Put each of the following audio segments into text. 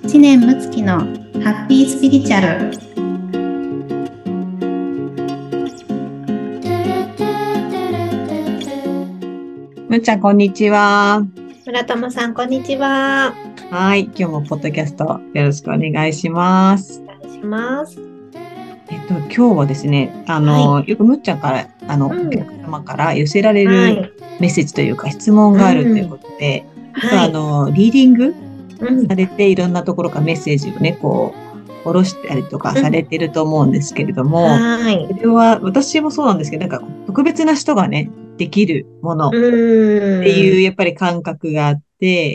知念睦月のハッピースピリチュアル。 むっちゃん、こんにちは。 村友さん、こんにちは。 はい。今日もポッドキャストよろしくお願いします。 お願いします。 今日はですね、 はい。 よくむっちゃんから、 うお客ん。 様から寄せられるはい。 メッセージというか質問うがあるというん。 ことで、よくはい。 リーディングうん。 されていろんなところからメッセージをね、下ろしたりとかうん。 されてると思うんですけれども、 はい。 それは私もそうなんですけど、特別な人がね、できるものうっていう、 ん。 やっぱり感覚があって、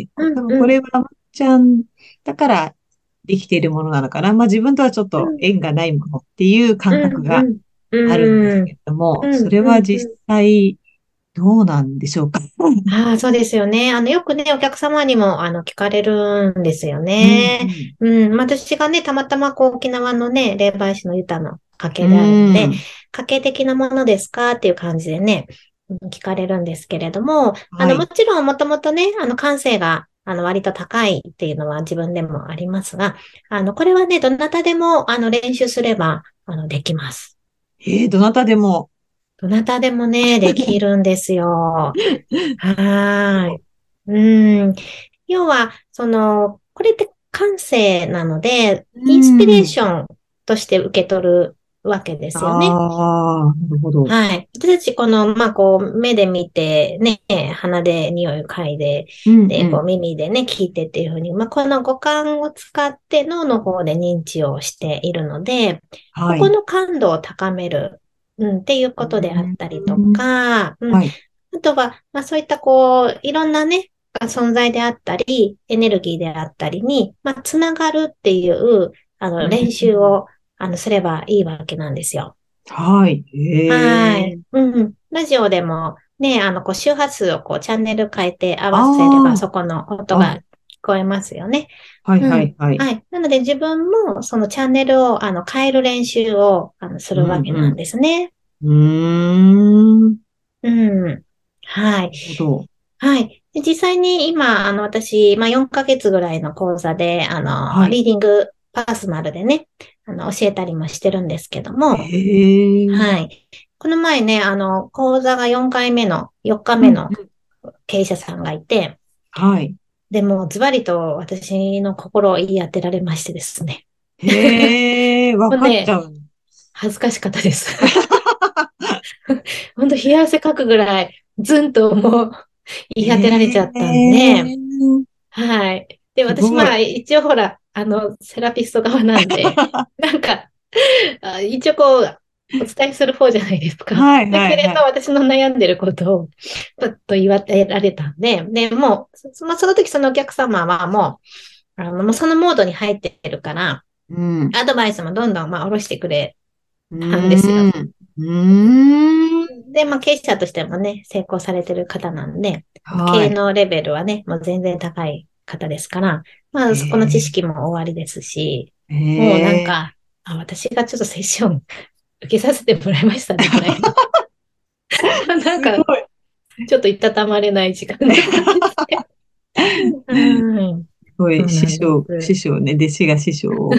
うん。 多分うん。 これはまっちゃんだからできているものなのかな。まあ自分とはちょっとうん。 縁がないものっていう感覚うん。 があるんですうん。 けれども、 うん。 それは実うん。 際どうなんでしょうか。 ああ、そうですよね。よくね、お客様にも、聞かれるんですようん、 ね。私がね、たまたま、沖縄のね、霊媒師のユタの家う系であるのん、 で、 うん。 家系的なものですかっていう感じでね、聞かれるんですけれども、もはい。 ちろん、もともとね、感性が、割と高いっていうのは自分でもありますが、これはね、どなたでも、練習すれば、できます。 どなたでも。 どなたでもね、できるんですよ。はーい。うん。要は、これって感性なので、 うインスピレーん。 ションとして受け取るわけですよね。 ああ、なるほど。 はい。私たち、目で見て、ね、鼻で匂いを嗅いで、 うん、 で、 うん。 耳でね、聞いてっていうふうに、この五感を使って脳の方で認知をしているので、こはい。 この感度を高める、っていううことであったりとん。 か、 はい。 あとは、そういったいろんなね、存在であったり、エネルギーであったりに、つながるっていう、 う練習ん。 を、すればいいわけなんですよ。 はい。 はい。 へえ。 ラジオでも、ね、周波数をチャンネル変えて合わせれば、 あそこの音あ、あ、 が聞こえますよね。 はいはいはい。 はい。なので、自分も、そのチャンネルを、変える練習を、するわうんけなんですね。 うん。うーん。なうん。はい。 るほど。 はい。で実際に今、私、4ヶ月ぐらいの講座で、 はい。 リーディングパーソナルでね、教えたりもしてるんですけども、 へえ。 はい。この前ね、講座が4回目の、4日目のうんうん。 経営者さんがいて、 はい。 でも、ズバリと私の心を言い当てられましてですね。 へえ、わかっちもうね、 ゃう。 恥ずかしかったです。本当冷や汗かくぐらい、ずんともう言い当てられちゃったんへで、 え、 はい。で、私、 すごい。 一応ほら、セラピスト側なんで、なんか、一応お伝えする方じゃないですか。 はいできればはいはい。 私の悩んでることを、パッと言われられたんで、で、もう、その時そのお客様はもう、もうそのモードに入ってるから、 うん。 アドバイスもどんどん、下ろしてくれうたんですよ。 ーん。うーん。 で、経営者としてもね、成功されてる方なんで、経営はい。 のレベルはね、もう全然高い方ですから、 へそこの知え、 識も終わりですし、 へもうなんえ。 か、私がちょっとセッション受けさせてもらいましたね、ぐらいの。なんか、 すごい。 ちょっといたたまれない時間だったんですね。うん。 すごい、 そうなんです。 師匠ね、弟子が師匠を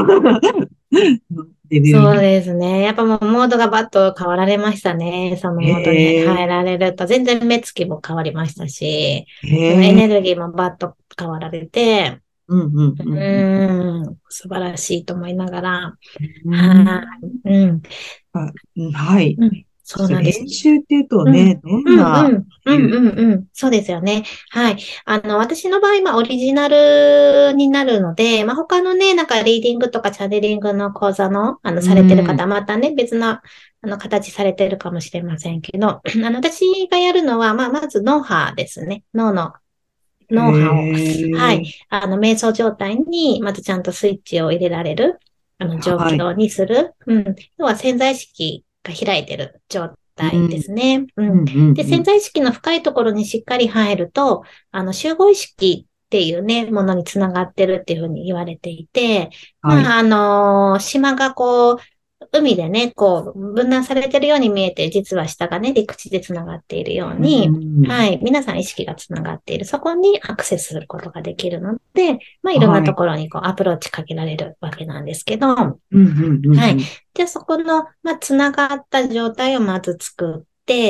レベルそうに。 ですね。やっぱもうモードがバッと変わられましたね。そのへモードに入られるえ、 と、全然目つきも変わりましたし、 へそのエネルえ、 ギーもバッと変わられて、 うんうんうん素晴らしいと思いながら、 うん。うーはん。 い、 うん、はい。 そうなんです。 練習っていうとうん。 ね、どんうんな、 うん。うんいう、 うんうん。そうですよね。はい。私の場合、オリジナルになるので、他のね、なんかリーディングとかチャネリングの講座の、 うされてる方、 ん、 またね、別な、形されてるかもしれませんけど、私がやるのは、まず脳波ですね。 へ脳波を、はい。 え、 瞑想状態に、まずちゃんとスイッチを入れられる、状はい。 況にする。要は潜在意識が開いてる状態でうん、 すね。 うん、うで、 ん、うん。 潜在意識の深いところにしっかり入ると、集合意識っていうね、ものにつながってるっていうふうに言われていて、 はい。 島が海でね、こう、分断されてるように見えて、実は下がね、陸地で繋がっているよううに、はん。 い、皆さん意識が繋がっている。そこにアクセスすることができるので、まあ、いろんなはい。 ところにこう、アプローチかけられるわけなんですけど、はうん、うん、うん、 い。 うん。 で、そこの、まあ、繋がった状態をまず作って、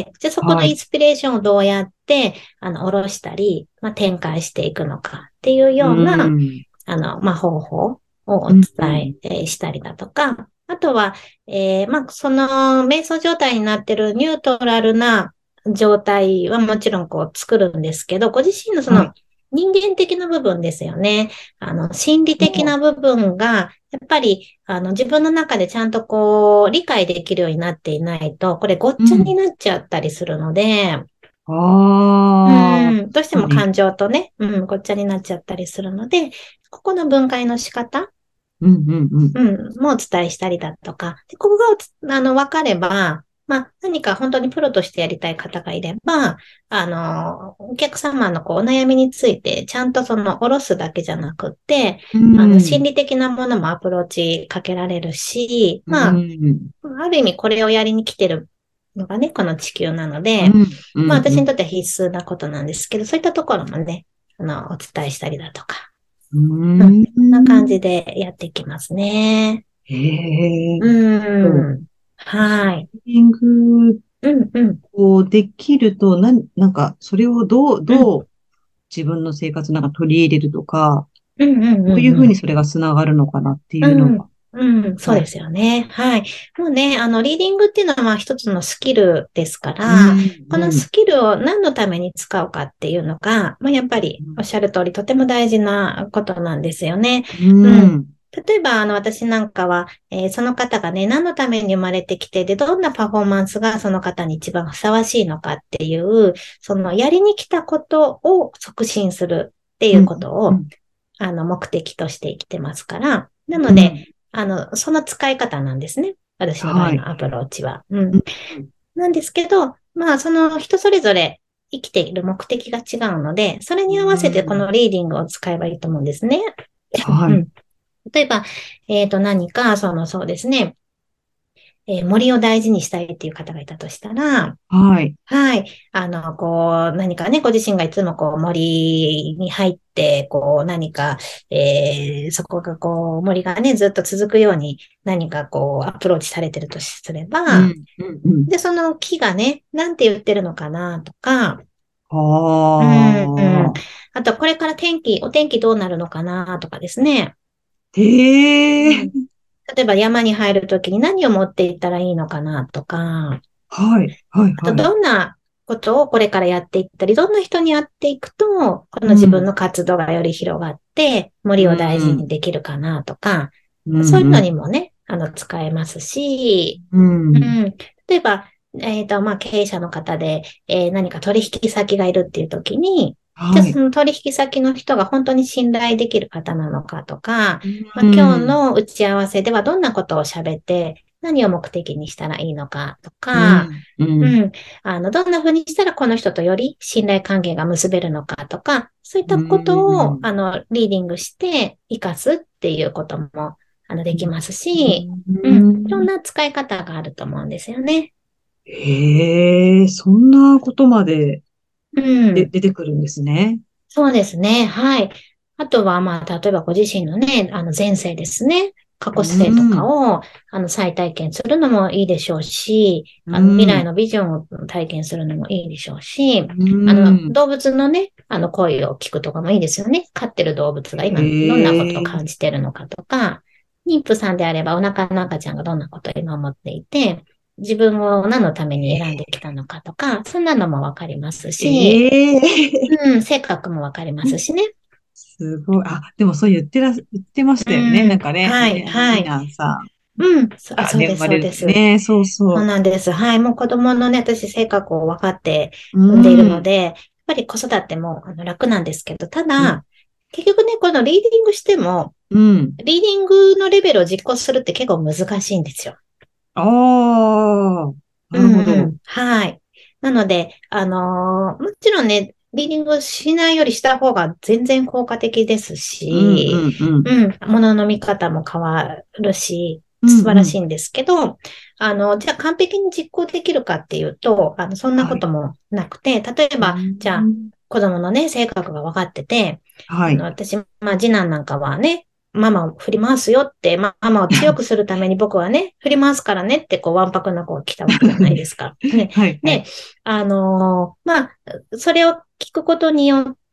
じゃあそこのはい。 インスピレーションをどうやって、下ろしたり、まあ、展開していくのかっていううような、 ん。 まあ、方法をおうん、う伝ん。 えしたりだとか、あとは、まあ、その瞑想状態になってるニュートラルな状態はもちろんこう作るんですけど、ご自身のそのはい。 人間的な部分ですよね。心理的な部分が、やっぱり、自分の中でちゃんとこう、理解できるようになっていないと、これごっちゃにうん。 なっちゃったりするので、 ああ、確どうしてかに。 も感情とね、ごっちゃになっちゃったりするので、ここの分解の仕方、 うん、うん、うん。 もうお伝えしたりだとか、で、ここが分かれば、まあ、何か本当にプロとしてやりたい方がいれば、お客様のこう、お悩みについて、ちゃんとその、おろすだけじゃなくって、 うん。 心理的なものもアプローチかけられるし、 うまあ、 ん。 ある意味これをやりに来てるのがね、この地球なので、 うん。うん。 まあ、 うん。 私にとっては必須なことなんですけど、そういったところもね、お伝えしたりだとか、 うそんな感じん。 でやっていきますね。 へえ。 うそう。 ーん。 もしはい。 リーディングうんうん。 をできると、なんか、それをうん。 どう自分の生活なんか取り入れるとか、 うんうんどういうふうにうんそれがつながるのかなってうん。 いうのが、 うん。そうはい。 ですよね。はい。もうね、リーディングっていうのはまあ一つのスキルですかうら、 ん、 このうん、 スキルを何のために使うかっていうのが、まあやっぱりおっしゃる通りとても大事なことなんですよね。 ううん。 ん、 例えば、私なんかは、その方がね、何のために生まれてきて、で、どんなパフォーマンスがその方に一番ふさわしいのかっていう、そのやりに来たことを促進するっていううん、 ことを、 うん、 目的として生きてますから、なので、 うん、 その使い方なんですね。私の場合はい。 のアプローチは。 うん、うん、 なんですけど、まあ、その人それぞれ生きている目的が違うので、それうに合わせてこん、 のリーディングを使えばいいと思うんですね。 はい、 うん。例えば、何か、そうですね、森を大事にしたいっていう方がいたとしたら、 はい。 はい。何かね、ご自身がいつもこう森に入って、こう何か、そこがこう森がね、ずっと続くように何かこうアプローチされてるとすれば、 うん、うん、うん。 で、その木がね、なんて言ってるのかなとか、 あうん、うん。 あ、 あと、これからお天気どうなるのかなとかですね。 へえ、 うん。例えば山に入るときに何を持っていったらいいのかなとか、 はい、はい、 あと、 はい。 どんなことをこれからやっていったり、どんな人に会っていくと、この自分うん、 の活動がより広がって、 う森を大事にん、 できるかなとか、 うん、 そういうのうん、 にもね、使えますし、 うん、 うん。例えば、まあ、経営者の方で、何か取引先がいるっていう時に、じゃあはい。 その取引先の人が本当に信頼できる方なのかとか、まあ、 う今日ん、 の打ち合わせではどんなことを喋って、何を目的にしたらいいのかとか、 うん、うん、 うん。どんな風にしたらこの人とより信頼関係が結べるのかとか、そういっうたことを、 ん、 リーディングして活かすっていうことも、できますし、うん。いろんうん。 な使い方があると思うんですよね。 へえ、そんなことまでうん。 出てくるんですね。 そうですね。はい。あとは、まあ、例えばご自身のね、前世ですね。過う去世とかん、 を、再体験するのもいいでしょうし、 う未来ん、 のビジョンを体験するのもいいでしょうし、 うん。 動物のね、声を聞くとかもいいですよね。飼ってる動物が今、どんなことをへえ、 感じてるのかとか、妊婦さんであれば、お腹の赤ちゃんがどんなことを今思っていて、自分を何のために選んできたのかとか、そんなのもわかりますし、 ええ、 うん、性格もわかりますしね。 すごい。あ、でもそう言ってましうたよね。なん、 んかね、 はい、 次はい。 男さんうん、 がね、 そうです、 生まれるそうです。 ってね。そうそそうなんです。はい。もう子供のね、私性格を分かってう。 産んでいるのうん、 で、やっぱり子育ても楽なんですけど、たうん、 だ、結局ね、このリーディングしても、 うん。 リーディングのレベルを実行するって結構難しいんですよ。 ああ、なうるほど。 んうん。はい。なので、もちろんね、リーディングしないよりした方が全然効果的ですうん、 し、 うん、うん。 うん、物の見方も変わるし、 素晴うんうん。 らしいんですけど、じゃあ完璧に実行できるかっていうと、そんなはい。 こともなくて、例えうば、じゃあ、 ん。 子供のね、性格が分かってて、 はい。 私、まあ、次男なんかはね、ママを振り回すよって、ママを強くするために僕はね、振り回すからねって、こう、わんぱくな子が来たわけじゃないですか。ね。 はいはい。 で、まあ、それを聞くことによって、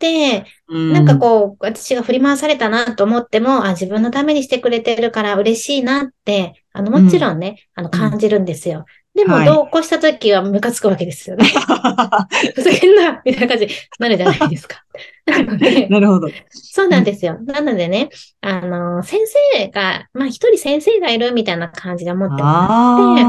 うなんかん。 こう、私が振り回されたなと思っても、自分のためにしてくれてるから嬉しいなって、もちうん。 ろんね、 うん。 感じるんですよ。でも、 はい。 どうこうした時はムカつくわけですよね。ふざけんなみたいな感じになるじゃないですか。なので、 なるほど。 そううん。 なんですよ。なのでね、先生が、まあ一人先生がいるみたいな感じで思ってもらって、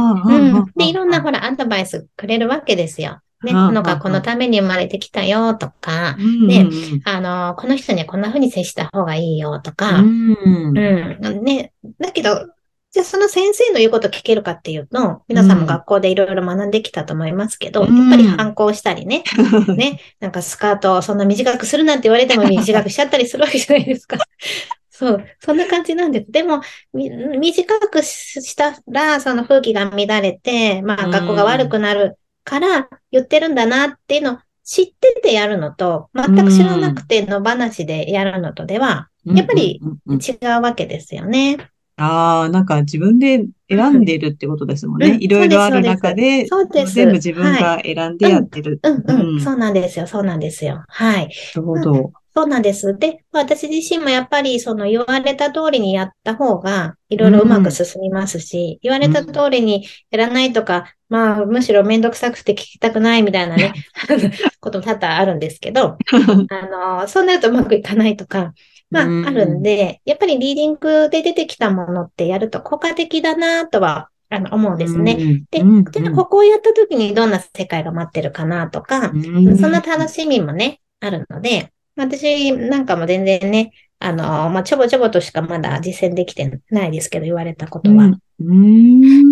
ああ、はんはんで、いろんはんはん。 なほら、アドバイスくれるわけですよ。ね、 はんこのはんはん。 学校のために生まれてきたよとか、 うんね、 うんこの人にはこんな風に接した方がいいよとうか、 ん。うん。 ね、だけど、じゃあその先生の言うこと聞けるかっていうと、皆さんもうん。 学校でいろいろ学んできたと思いますけうど、やっぱりん。 反抗したりね、なんかスカートをそんな短くするなんて言われても短くしちゃったりするわけじゃないですか。そう、そんな感じなんです。でも、短くしたら、その風紀が乱れて、まうあ、学校が悪ん。 くなるから言ってるんだなっていうのを知っててやるのと、 う全く知らなくん。 て野放しでやるのとでは、 うんうんやっぱりうんうん。 違うわけですよね。 ああ、なんか自分で選うん。 んでるってことですもんね。 うん。 いろそうです、 いろあるそうです。 中で、 そうです。 全部自分はい。 が選んでうん。 やってる。 うん、うん。 うん。なそうなんですよ。そうなんですよ。はい。 るほまあ、 ど。 そうなんです。で、私自身もやっぱりその言われた通りにやった方がいろういろうまくん。 進みますし、言われたうん。 通りにやらないとか、まあむしろめんどくさくて聞きたくないみたいなね、ことも多々あるんですけど、そうなるとうまくいかないとか、 うまああるんん。 で、やっぱりリーディングで出てきたものってやると効果的だなとは思うんうですね。 ん。うで、 ん。 じゃあ、 うん。 ここをやった時にどんな世界が待ってるかなとか、 うそんなん。 楽しみもね、あるので、私なんかも全然ね、まあ、ちょぼちょぼとしかまだ実践できてないですけど、言われたことは。 うん。うん。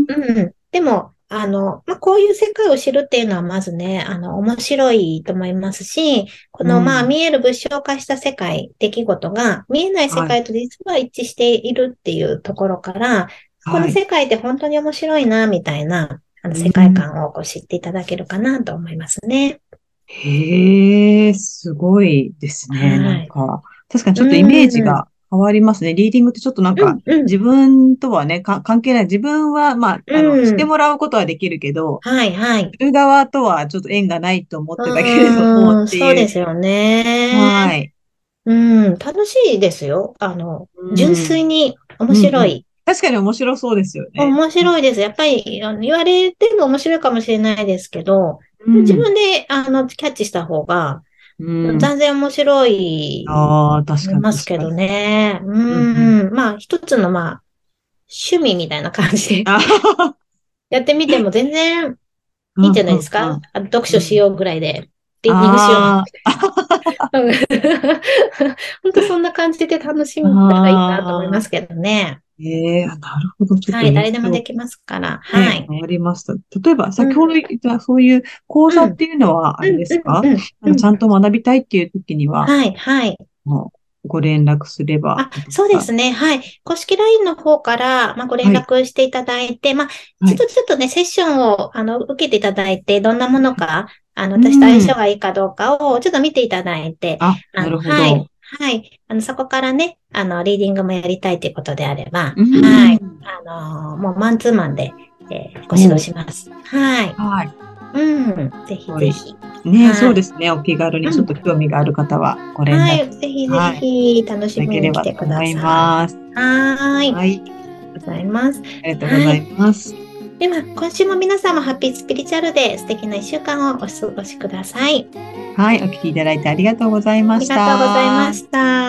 うんうん。でも、まあ、こういう世界を知るっていうのはまずね、面白いと思いますし、この、まあ、 うん。 見える物象化した世界、出来事が見えない世はい。 界と実は一致しているっていうところから、こはい。 の世界って本当に面白いな、みたいな、 う世界ん。 観をこう知っていただけるかなと思いますね。 へえ、すごいですね。なはい。 んか、確かにちうょっとイメージん、うん、 が変わりますね。リーディングってちょっとなんか、 うん、 自分とはね、関係ない。自分は、まあ、 うしてん。 もらうことはできるけど、 はい、はい。 する側とはちょっと縁がないと思っうてたけれどもっーん、 ていう。 そうですよね。 はい。 うん、楽しいですよ。純うん。 粋に面うんうん。 白い。 確かに面白そうですよね。 面白いです。やっぱり、言われても面白いかもしれないですけど、自うん。 分で、キャッチした方が、 うん。 全然面白いああ、確かにと思います確かに。 けどね。 うんうん。 まあ、一つの、まあ、趣味みたいな感じであははやってみても全然いいんじゃうんないですか？ うんうん。 読うん。 書しようぐらいで、リーディングしよう。 あうん本当そんな感じで楽しあ、 んだらいいなと思いまああ、 すけどね。 なるほど。ちょっとはい、誰印象、 でもできますから。はね、 い。 変わりました。例えば、 うん、 先ほど言ったそういう講うん、 座っていうのは、あれうん、うん、 ですか？ うん、うん。 ちゃんと学びたいっていう時には、 はい、はい。 もうご連絡すればあ、 いいですか？ そうですね。はい。公式 LINE の方から、まあ、ご連はい、 絡していただいて、まあ、 はい。 一度ちょっとね、セッションを、受けていただいて、どんなものか、 う私と相性ん。 がいいかどうかを、ちょっと見ていただいて、 あ、なるほはい。 ど。 はい。そこからね、リーディングもやりたいということであれば、 うはい。 ん。 もうマンツーマンで、ご指導おう、 します。はい。 はい。 うん。ぜひごい。 ぜひ。 ね、そはい。 うですね。お気軽にうん。 ちょっと興味がある方はご連絡、 はい。ぜひぜはい、 ひ、楽いただけれしみに来てくだばと思いさい。 ます。 はーい。あはい。 りがとうございます。 ありがとうごはい。 ざいます。 では、今週も皆様、ハッピースピリチュアルで素敵な一週間をお過ごしください。 はい、お聞きいただいてありがとうございましありがとうございまた。 した。